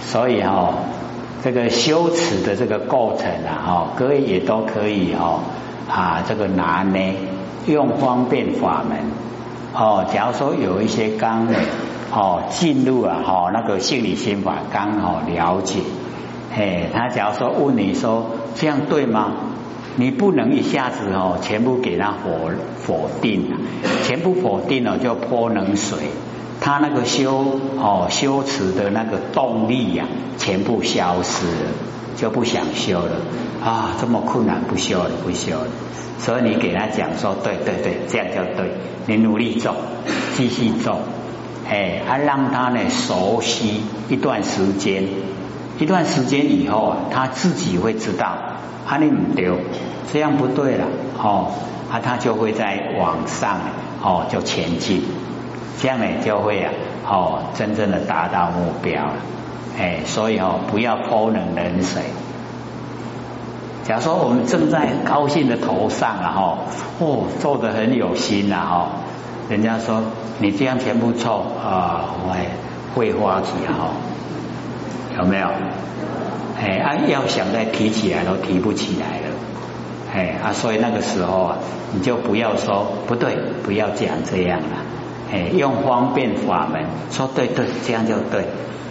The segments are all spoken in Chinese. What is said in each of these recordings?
所以这个修持的这个过程各位也都可以这个拿捏，用方便法门假如说有一些刚进入那个心理心法刚好了解，他假如说问你说这样对吗？你不能一下子全部给他否定，全部否定了就泼冷水，他那个修持的那个动力全部消失了，就不想修了这么困难不修了。所以你给他讲说对，这样就对，你努力做，继续做，让他呢熟悉一段时间以后他自己会知道你不对，这样不对了他就会在往上就前进，这样呢就会真正的达到目标了。所以不要泼冷水。假如说我们正在高兴的头上做得很有心人家说你这样全部错会花起有没有？要想再提起来都提不起来了，所以那个时候你就不要说不对，不要讲这样了，用方便法门说对，这样就对，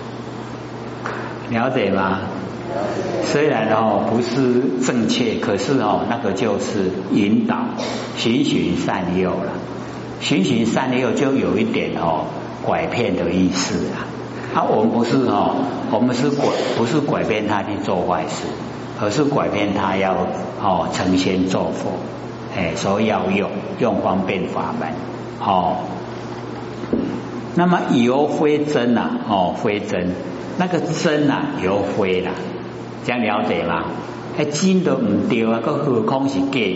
了解吗？虽然不是正确，可是那个就是引导，循循善诱了。循循善诱就有一点拐骗的意思啦。我们不是拐骗他去做坏事，而是拐骗他要成仙做佛，所以要用方便法门那么由非真非真，那个真由非啦，这样了解吗？真都唔对更何况是假。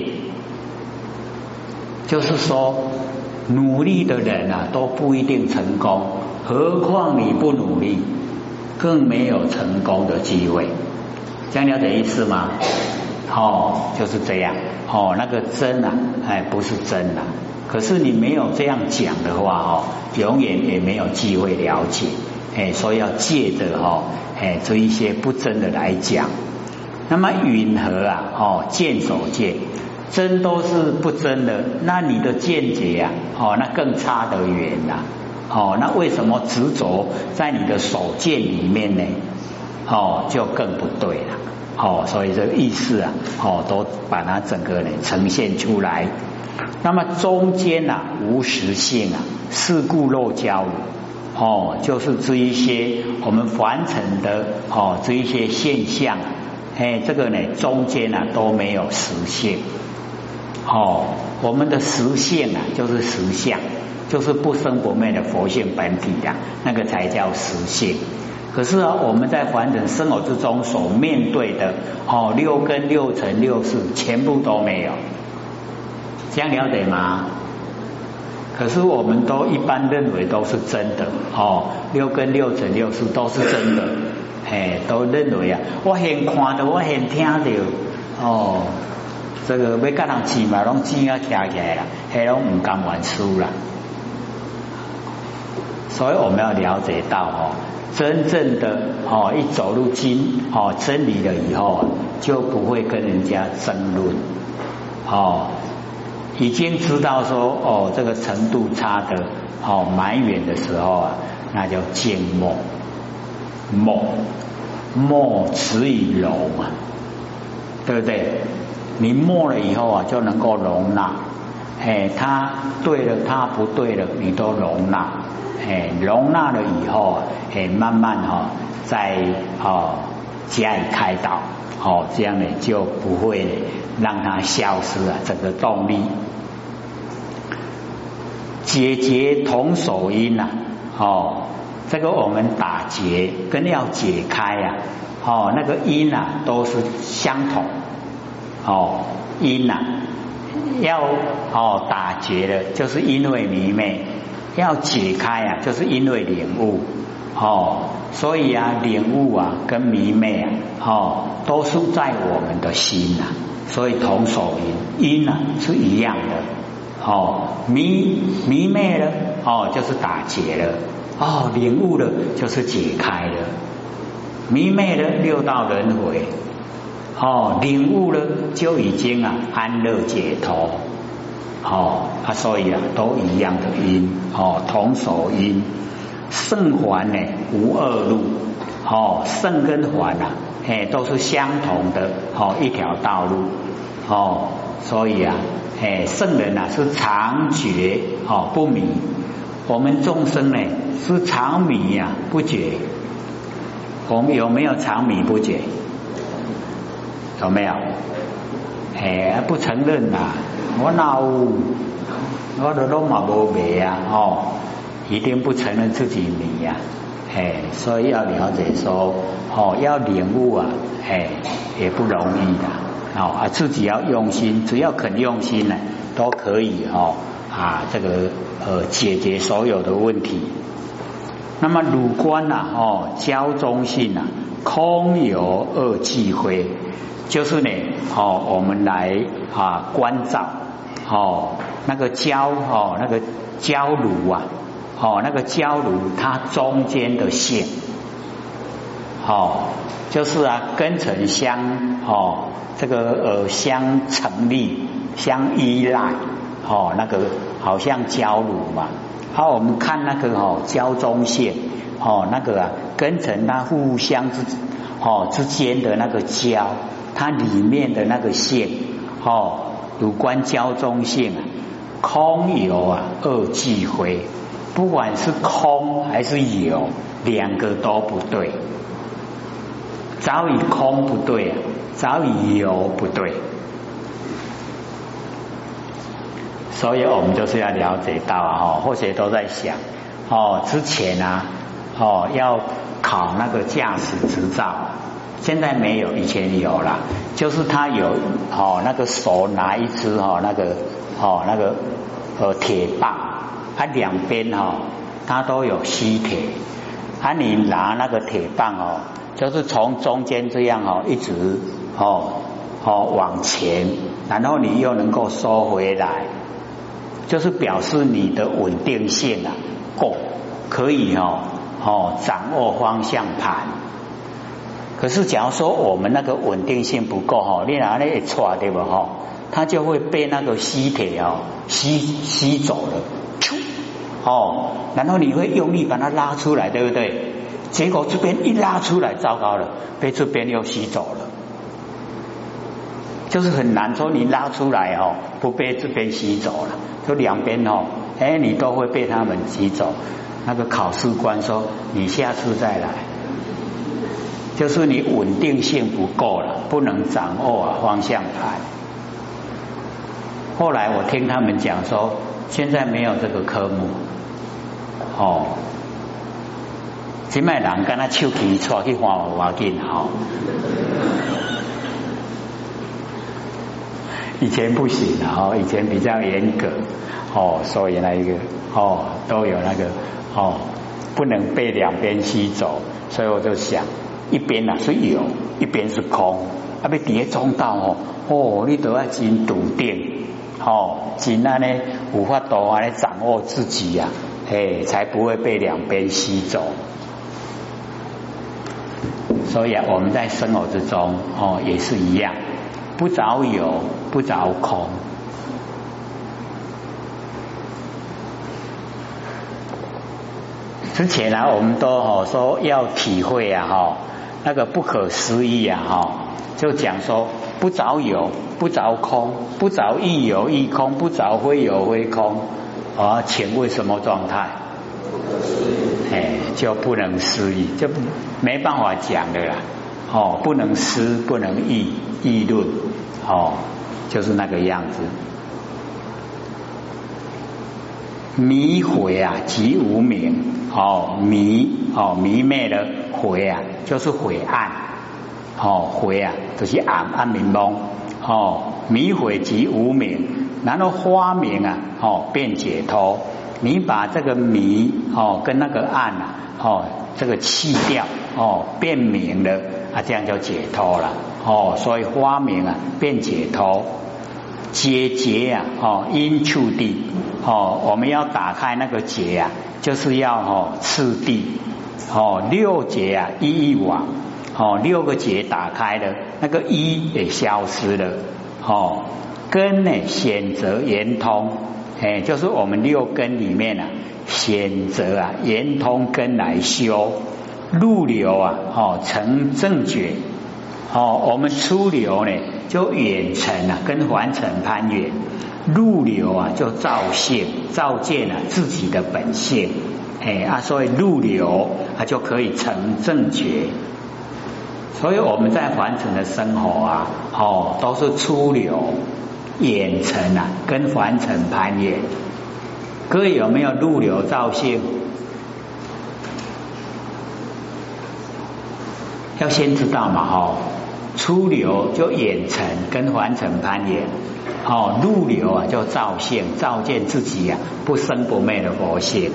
就是说努力的人都不一定成功，何况你不努力更没有成功的机会，这样了解意思吗？就是这样那个真不是真可是你没有这样讲的话永远也没有机会了解，所以要借着这一些不真的来讲。那么允和见所见，真都是不真的，那你的见解那更差得远那为什么执着在你的所见里面呢？就更不对了所以这个意思都把它整个呈现出来。那么中间无实性是故漏交就是这一些我们凡尘的这一些现象这个中间都没有实性我们的实性就是实相，就是不生不灭的佛性本体那个才叫实性。可是我们在凡尘生活之中所面对的六根六尘六识全部都没有，这样了解吗？可是我们都一般认为都是真的六根六尘六识都是真的，都认为我先看到我先听到这个要跟人挤嘛拢挤起来啦，拢唔甘愿输啦。所以我们要了解到真正的一走入真理了以后就不会跟人家争论已经知道说这个程度差的蛮远的时候那叫静默，默止以容对不对？你默了以后就能够容纳，他对了他不对了你都容纳，容纳了以后慢慢再加以开导这样就不会让它消失整个动力。解结同手因这个我们打结跟要解开那个因都是相同因要打结了就是因为迷昧，要解开就是因为领悟所以领悟跟迷昧都是在我们的心所以同手因是一样的迷昧了就是打结了领悟了就是解开了迷昧了六道轮回，领悟了就已经安乐解脱，所以都一样的因，同守因。圣凡呢无二路，圣跟凡都是相同的一条道路，所以圣人是常觉不迷，我们众生呢是常迷不觉。我们有没有常迷不觉？有没有？不承认我哪有？我都嘛无迷一定不承认自己迷所以要了解说要领悟也不容易的自己要用心，只要肯用心呢，都可以这个解决所有的问题。那么汝观交中性空有二际会，就是呢我们来关照那个胶那个胶炉那个胶炉它中间的性就是根尘相这个相成立相依赖那个好像胶炉嘛。我们看那个胶中线那个根尘它互相之间的那个胶，它里面的那个线有关胶中性空有二际会，不管是空还是有，两个都不对。早已空不对早已有不对。所以我们就是要了解到或许都在想之前要考那个驾驶执照，现在没有，以前有啦，就是他有那个手拿一支那个铁棒两边它都有吸铁你拿那个铁棒就是从中间这样一直往前，然后你又能够收回来，就是表示你的稳定性够，可以掌握方向盘。可是假如说我们那个稳定性不够你拿那一抓对吧它就会被那个吸铁吸走了然后你会用力把它拉出来，对不对？结果这边一拉出来，糟糕了，被这边又吸走了。就是很难说你拉出来不被这边吸走了，就两边你都会被他们吸走。那个考试官说你下次再来，就是你稳定性不够了，不能掌握方向盘。后来我听他们讲说现在没有这个科目现在人跟他手机带去换要紧以前不行以前比较严格所以那一个都有那个不能被两边吸走，所以我就想一边是有，一边是空要在中道你都要真笃定真的有法度来掌握自己才不会被两边吸走。所以我们在生活之中也是一样，不着有不着空。之前我们都说要体会那个不可思议就讲说不着有不着空，不着亦有亦空，不着非有非空请问什么状态？就不能思议，就没办法讲的啦不能思不能议论就是那个样子。迷悔即无明迷昧的悔就是晦暗悔就是暗迷蒙迷悔即无明，然后发明变解脱。你把这个迷跟那个暗这个去掉变明了这样就解脱了所以发明变解脱。解结因触地我们要打开那个结就是要次第六结一往 6个结打开了，那个一也消失了。根呢选择圆通，就是我们6根里面啊，选择圆通根来修，入流成正觉。我们出流呢就远尘跟凡尘攀缘，入流就照性照见自己的本性，所以入流就可以成正觉。所以我们在凡尘的生活都是出流远尘跟凡尘攀缘。各位有没有入流照性？要先知道嘛，出流就远尘跟凡尘攀缘，入流就照性照见自己不生不灭的佛性。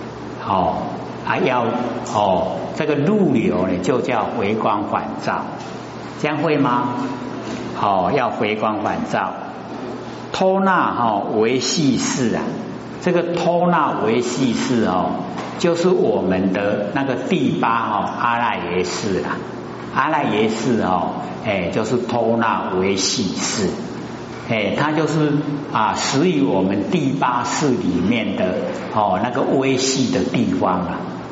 这个入流呢就叫回光返照，这样会吗？要回光返照。托那为系事这个托那为系事就是我们的那个第8阿赖耶识啦。阿赖耶识就是托那为系事，它就是属于我们第8识里面的那个微细的地方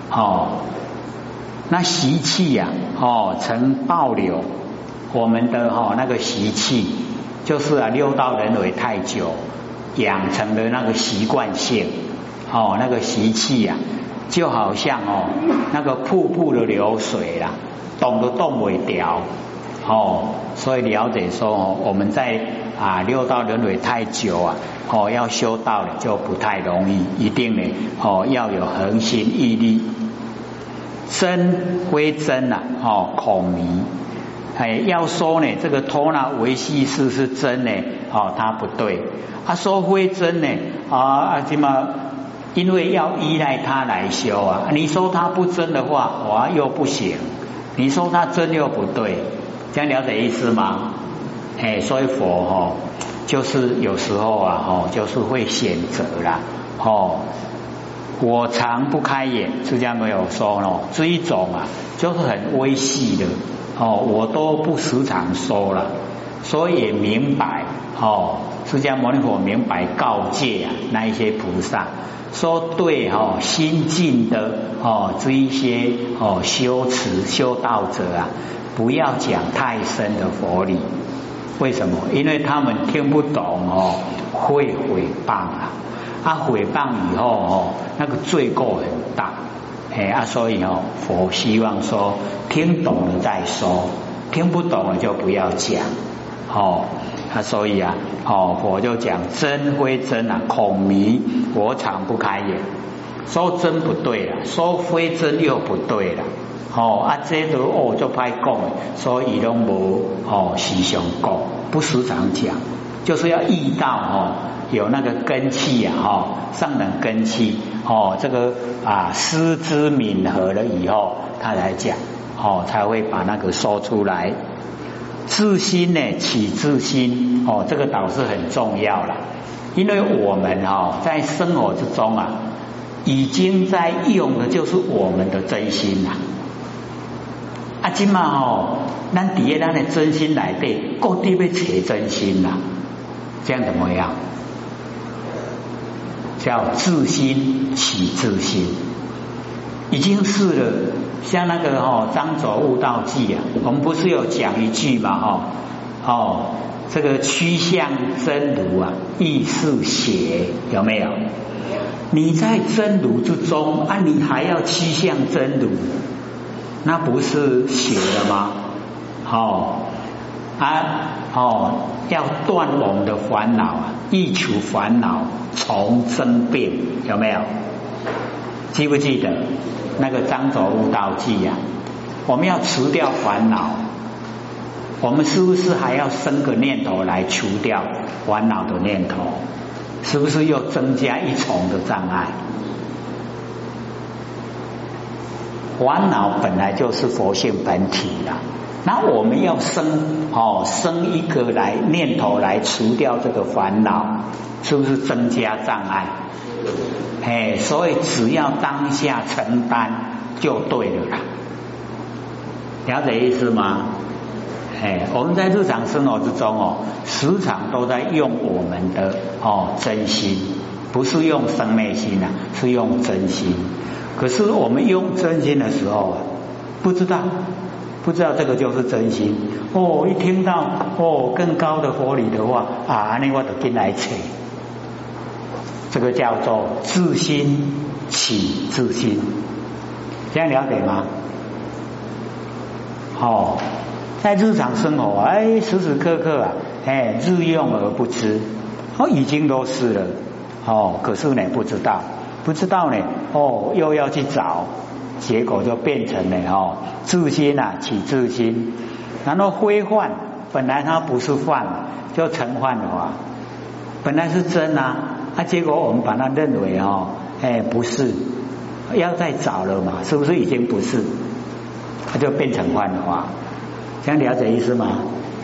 那习气成暴流，我们的那个习气就是六道轮回太久养成的那个习惯性那个习气就好像那个瀑布的流水啦，动都动不掉所以了解说我们在六道轮回太久要修道了就不太容易，一定呢要有恒心毅力。真非真恐迷。要说呢这个托那为系事是真呢它不对，说非真呢因为要依赖它来修你说它不真的话又不行，你说它真又不对，这样了解意思吗？所以佛就是有时候就是会选择啦我常不开眼，释迦没有说这一种就是很微细的我都不时常说了，所以也明白释迦牟尼佛明白告诫那一些菩萨说对心境的这一些修持修道者不要讲太深的佛理。为什么？因为他们听不懂会毁谤毁谤以后那个罪过很大所以佛希望说听懂了再说，听不懂了就不要讲所以佛就讲真非真恐迷，我常不开眼。说真不对了，说非真又不对了这都就歹讲，所以都无时常讲，不时常讲，就是要遇到有那个根器上等根器这个师之敏合了以后他才讲才会把那个说出来。自心呢起自心这个倒是很重要了，因为我们在生活之中已经在用的就是我们的真心现在咱底下咱的真心来对各地要切真心这样怎么样？叫自心起自心，已经是了。像那个张左悟道记我们不是有讲一句嘛这个趋向真如亦是邪，有没有？你在真如之中你还要趋向真如，那不是邪了吗？要断我们的烦恼欲除烦恼从增变，有没有？记不记得那个张左悟道记我们要除掉烦恼，我们是不是还要生个念头来除掉烦恼的念头？是不是又增加一重的障碍？烦恼本来就是佛性本体那我们要生一个念头来除掉这个烦恼，是不是增加障碍？所以只要当下承担就对了了解意思吗？我们在日常生活之中时常都在用我们的真心，不是用生灭心啊，是用真心。可是我们用真心的时候不知道这个就是真心一听到更高的佛理的话那我就进来切，这个叫做自心起自心，这样了解吗？在日常生活时时刻刻日用而不知已经都是了可是呢不知道呢又要去找，结果就变成了自心起自心，然后非幻，本来它不是幻就成幻化，本来是真结果我们把它认为不是，要再找了嘛，是不是已经不是，它就变成幻化，这样了解意思吗？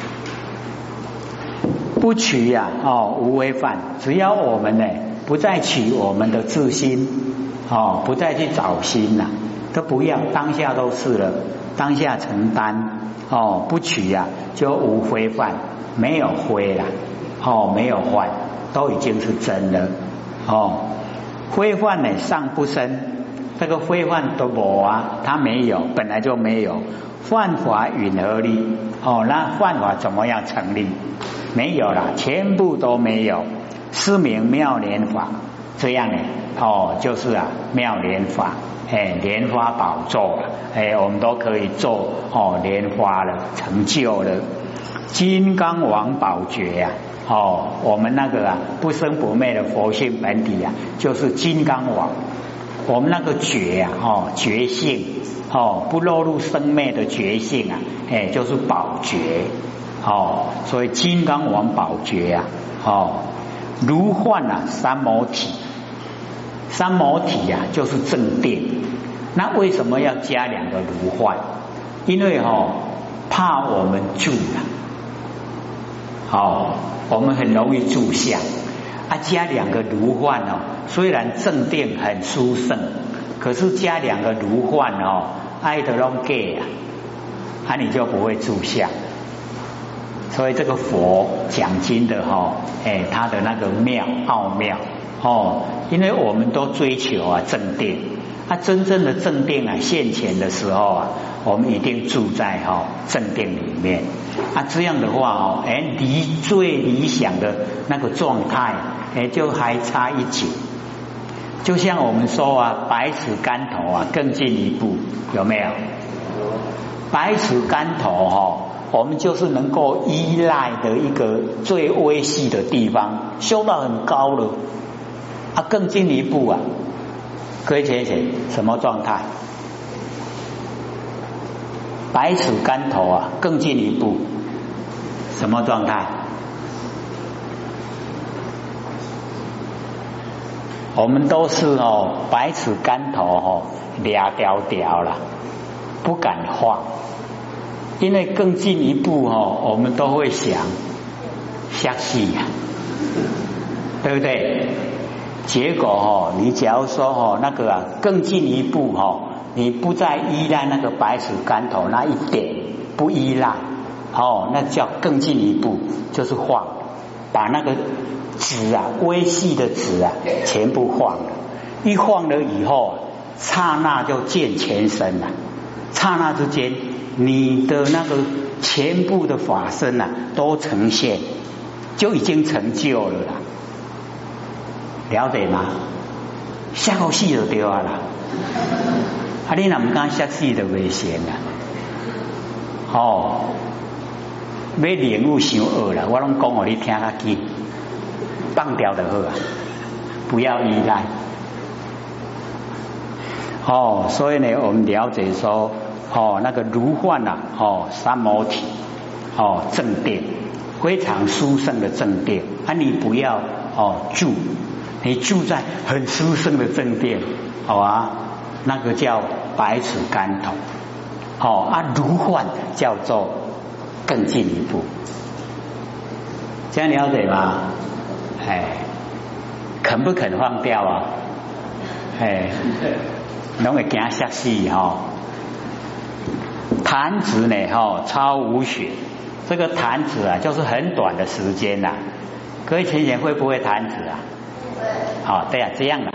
不取无为犯，只要我们呢不再取我们的自心不再去找心都不要，当下都是了，当下承担不取就无非犯，没有非了没有幻，都已经是真了非幻呢尚不生，这个非幻都没它没有，本来就没有，幻法允何立那幻法怎么样成立？没有了，全部都没有，是名妙莲法。这样呢就是妙莲法莲花宝座了我们都可以做莲花了，成就了金刚王宝觉我们那个不生不灭的佛性本体就是金刚王，我们那个觉觉性不落入生灭的觉性就是宝觉所以金刚王宝觉如幻三摩体，三摩体就是正定。那为什么要加两个如幻？因为怕我们住我们很容易住相加两个如幻虽然正定很殊胜，可是加两个如幻爱的拢给你就不会住相。所以这个佛讲经的他的那个奥妙因为我们都追求正定真正的正定现前的时候我们一定住在正定里面这样的话离最理想的那个状态就还差一截。就像我们说百尺竿头更进一步，有没有？百尺竿头我们就是能够依赖的一个最微细的地方，修到很高了更进一步可以写什么状态？百尺竿头更进一步什么状态？我们都是百尺竿头俩条条了，不敢放，因为更进一步我们都会想下戏对不对？结果你假如说那个更进一步你不再依赖那个百尺竿头那一点，不依赖那叫更进一步，就是放，把那个纸微细的纸全部放了，一放了以后刹那就见全身了，刹那之间你的那个全部的法身都呈现，就已经成就了啦，了解吗？下口戏就对了啦你若不敢下戏就危险啦要领悟伤恶啦，我拢讲给你听下去，放掉就好不要依赖所以呢我们了解说那个如幻三摩体正定，非常殊胜的正定你不要住，你住在很殊胜的正定那个叫百尺竿头如幻叫做更进一步，这样了解吗？肯不肯放掉拢会惊吓死弹指呢超无学，这个弹指啊就是很短的时间呐。各位浅显会不会弹指啊？好，对啊，这样啊，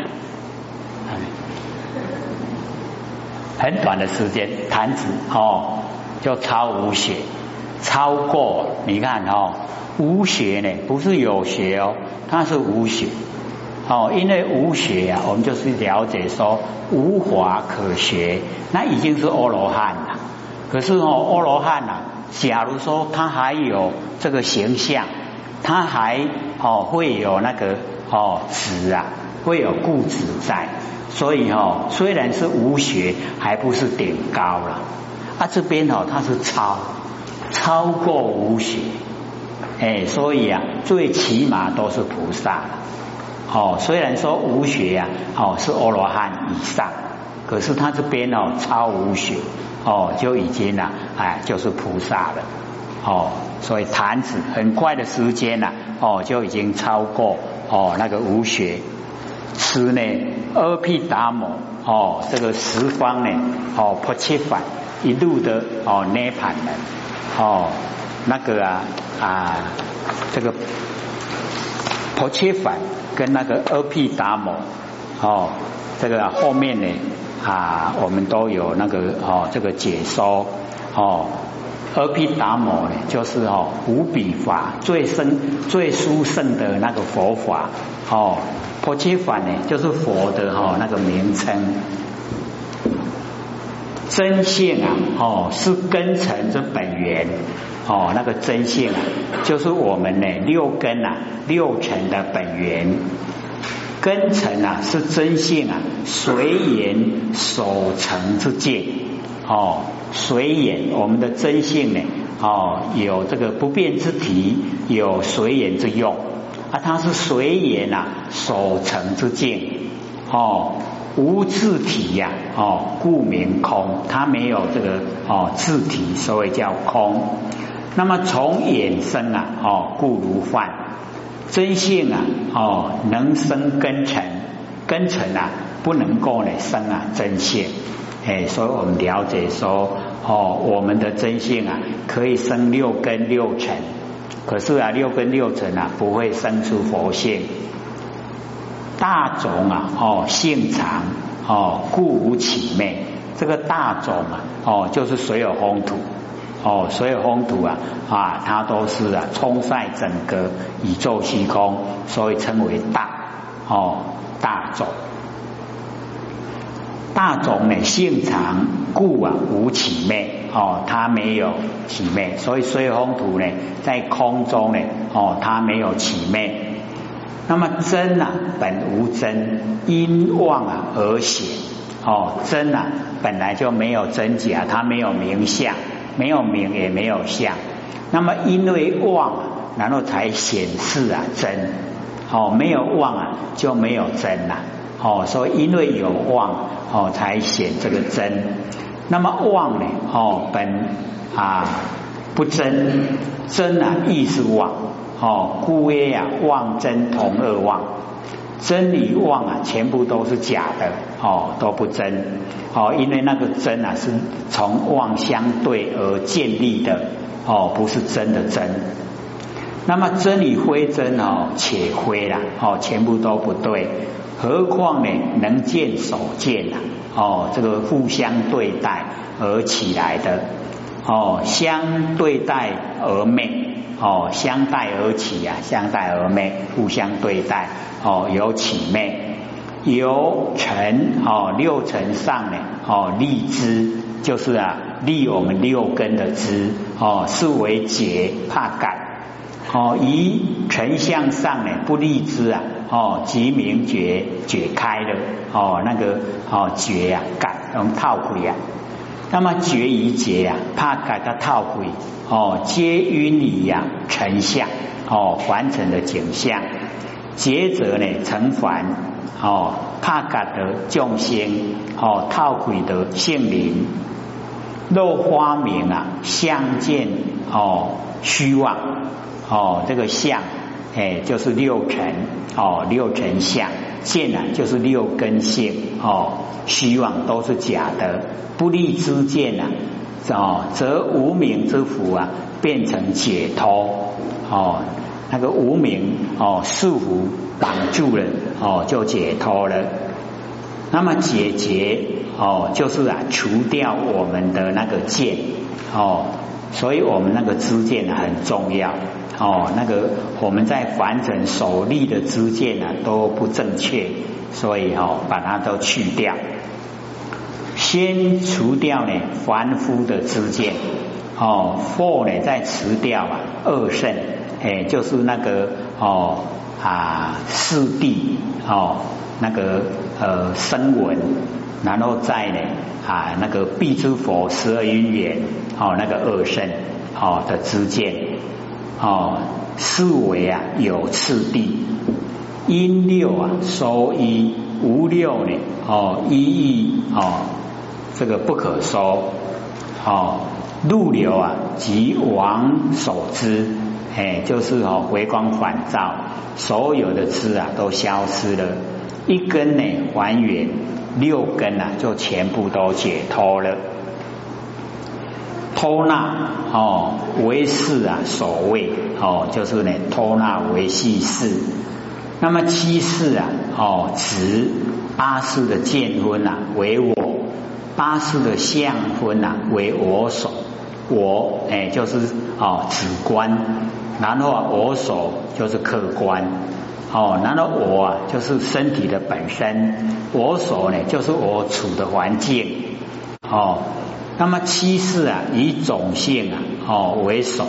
很短的时间弹指就超无学，超过你看无学呢不是有学它是无学因为无学啊，我们就是了解说无法可学，那已经是阿罗汉了。可是阿罗汉啊，假如说他还有这个形象，他还会有那个执啊，会有固执在，所以虽然是无学，还不是顶高了这边它是超过无学，所以啊，最起码都是菩萨虽然说无学啊是阿罗汉以上，可是他这边超无学就已经就是菩萨了所以弹指很快的时间就已经超过那个无学。此呢阿毗达摩这个十方呢婆切梵一路的涅盘人那个这个婆切梵跟那个阿毗达摩这个后面呢我们都有那个这个解说阿毗达摩呢就是无比法最殊胜的那个佛法婆切梵呢就是佛的那个名称。真性是根尘之本源那个真性就是我们呢六根六尘的本源。根尘是真性随缘守成之境随缘我们的真性呢有这个不变之体，有随缘之用它是随缘守成之境无自体故名空，它没有这个自体，所以叫空。那么从衍生故如幻，真性能生根尘，根尘不能够呢生真性所以我们了解说我们的真性可以生六根六尘，可是六根六尘不会生出佛性。大种性常故无起昧，这个大种就是随有风土随有风土它都是充塞整个宇宙虚空，所以称为大大种。大种呢性常故无起昧它没有起昧，所以随有风土呢在空中呢它没有起昧。那么真本无真，因妄而显真本来就没有真假，它没有名相，没有名也没有相。那么因为妄然后才显示真没有妄就没有真所以因为有妄才显这个真。那么妄呢本不真，真亦是妄故曰妄真同二妄，真与妄全部都是假的都不真因为那个真是从妄相对而建立的不是真的真。那么真与非真且非啦全部都不对，何况呢能见所见这个互相对待而起来的相对待而昧相待而起相待而昧，互相对待有起昧。由尘六尘上呢立知，就是立我们六根的知是为解怕感以尘相上呢不立知即名觉开了那个觉感用套回那么觉与解怕感的套回皆晕于尘相凡尘的景象。觉者呢成凡怕感的众生套回的性灵。漏花明相见虚妄这个相就是六尘六尘相，见就是六根性虚妄都是假的。不立知见则无明之福啊变成解脱那个无明束缚绑住了就解脱了。那么解结就是除掉我们的那个见所以我们那个知见很重要那个我们在凡尘所立的知见都不正确，所以把它都去掉。先除掉呢凡夫的知见后呢再除掉二圣就是那个四谛那个声闻，然后再呢那个必之佛12因缘那个二圣的知见是为有次第，因六收一，无六呢一义这个不可收入流即往所知就是回光返照，所有的知都消失了，一根呢还原，六根就全部都解脱了。托纳为事所谓就是呢托纳为系事。那么七事执八事的见分为我，八事的相分为我所，我就是主观，然后我所就是客观然后我就是身体的本身，我所呢就是我处的环境那么七事以种性为首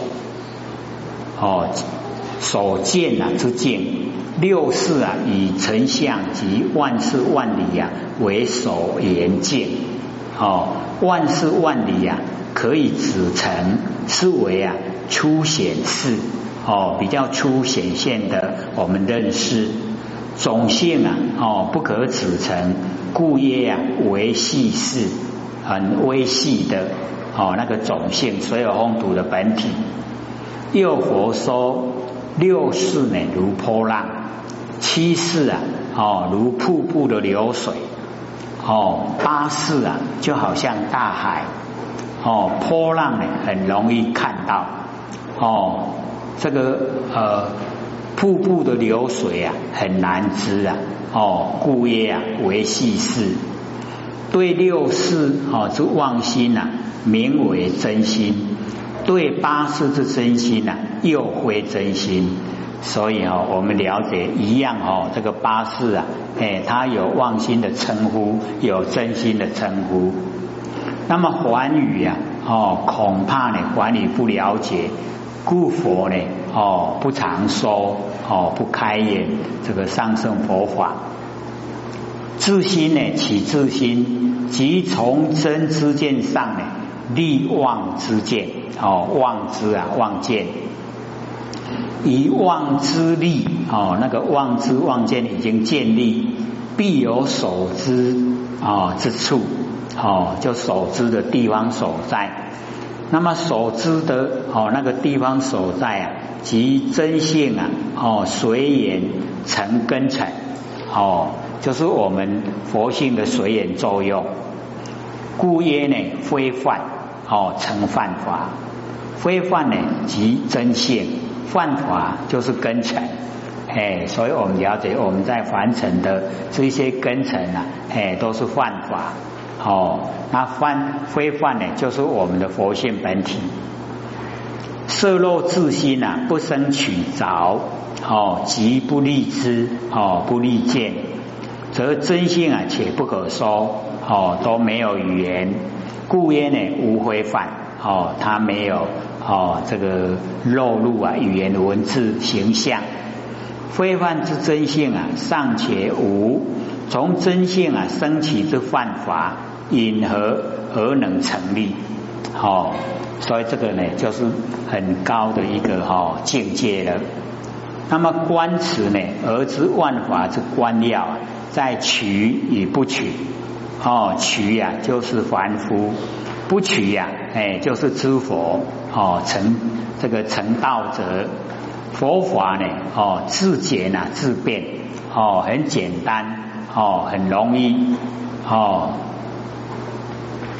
所见之境，六事以成相及万事万理为所言境万事万理可以指成是为初显示比较初显现的我们认识。种性不可指成，故曰为细事，很微细的那个种性，所有风土的本体。又佛说六事呢如波浪，七事如瀑布的流水八事就好像大海波浪呢很容易看到这个瀑布的流水很难知故曰为细事。对六事之妄心名为真心，对八事之真心又非真心。所以我们了解一样这个八事它有妄心的称呼，有真心的称呼。那么寰宇恐怕呢寰宇不了解，故佛呢不常说不开演这个上乘佛法。自心呢起自心，即从真知见上呢立妄之见妄知妄见，以妄之立那个妄知妄见已经建立，必有所知之处就所知的地方所在。那么所知的那个地方所在即真性随缘成根尘就是我们佛性的随缘作用。故曰呢非犯成犯法，非犯呢即真性，犯法就是根尘所以我们了解我们在凡尘的这些根尘都是犯法那非犯呢就是我们的佛性本体。色漏自心不生取着即不立知不立见，则真性且不可说都没有语言，故曰呢无非犯它没有这个漏入语言的文字形象。非犯之真性尚且无，从真性升起之犯法，因何而能成立所以这个呢就是很高的一个境界了。那么观此呢而知万法之观要在取与不取取就是凡夫，不取就是知佛成道者。佛法呢自简自变很简单很容易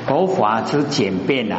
佛法之简便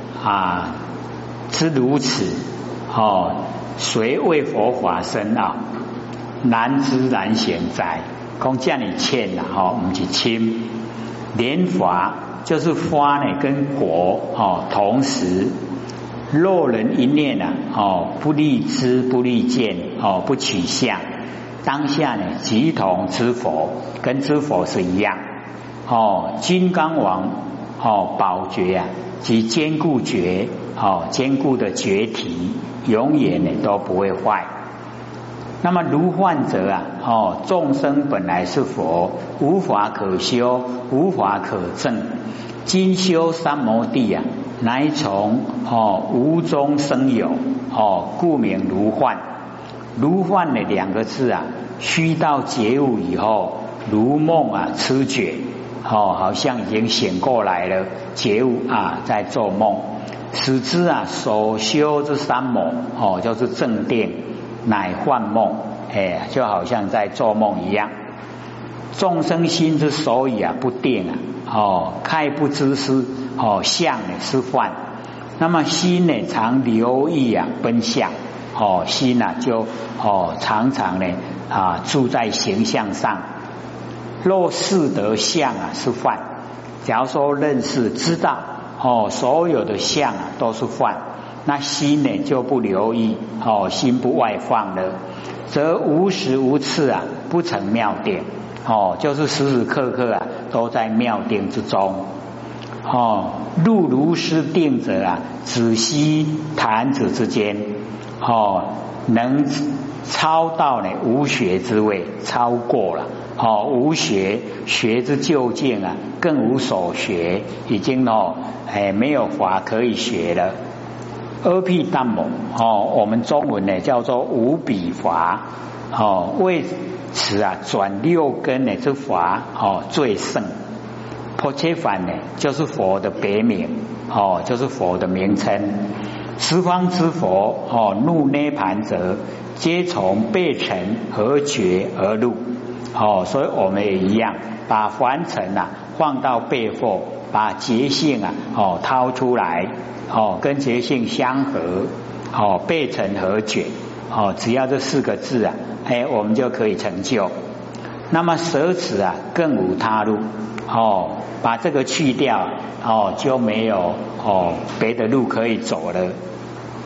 之如此谁为佛法深奥？难知难显哉！讲这样浅不是轻。莲华就是花呢跟果同时，若人一念不立知不立见不取相，当下呢即同知佛，跟知佛是一样。金刚王宝觉即坚固觉坚固的觉体，永远呢都不会坏。那么如幻者众生本来是佛，无法可修，无法可证。今修三摩地乃从无中生有故名如幻。如幻的两个字须到觉悟以后，如梦痴觉好像已经醒过来了，觉悟在做梦。使之所修之三摩就是正定，乃幻梦，就好像在做梦一样。众生心之所以不定开不知是相呢是幻。那么心呢常留意奔相心就常常呢住在形象上。若视得相是幻，假如说认识知道所有的相都是幻，那心呢就不留意心不外放了，则无时无次不成妙定就是时时刻刻都在妙定之中。入如是定者止息弹指之间能超到呢无学之位，超过了无学之究竟更无所学，已经没有法可以学了。阿毗达摩我们中文呢叫做无比法为此转六根呢之法最胜。婆切梵呢就是佛的别名就是佛的名称。十方之佛入涅盘者，皆从背尘和觉而入所以我们也一样，把凡尘放到背后，把觉性掏出来跟觉性相合背尘和觉只要这4个字我们就可以成就。那么舍此更无他路把这个去掉就没有别的路可以走了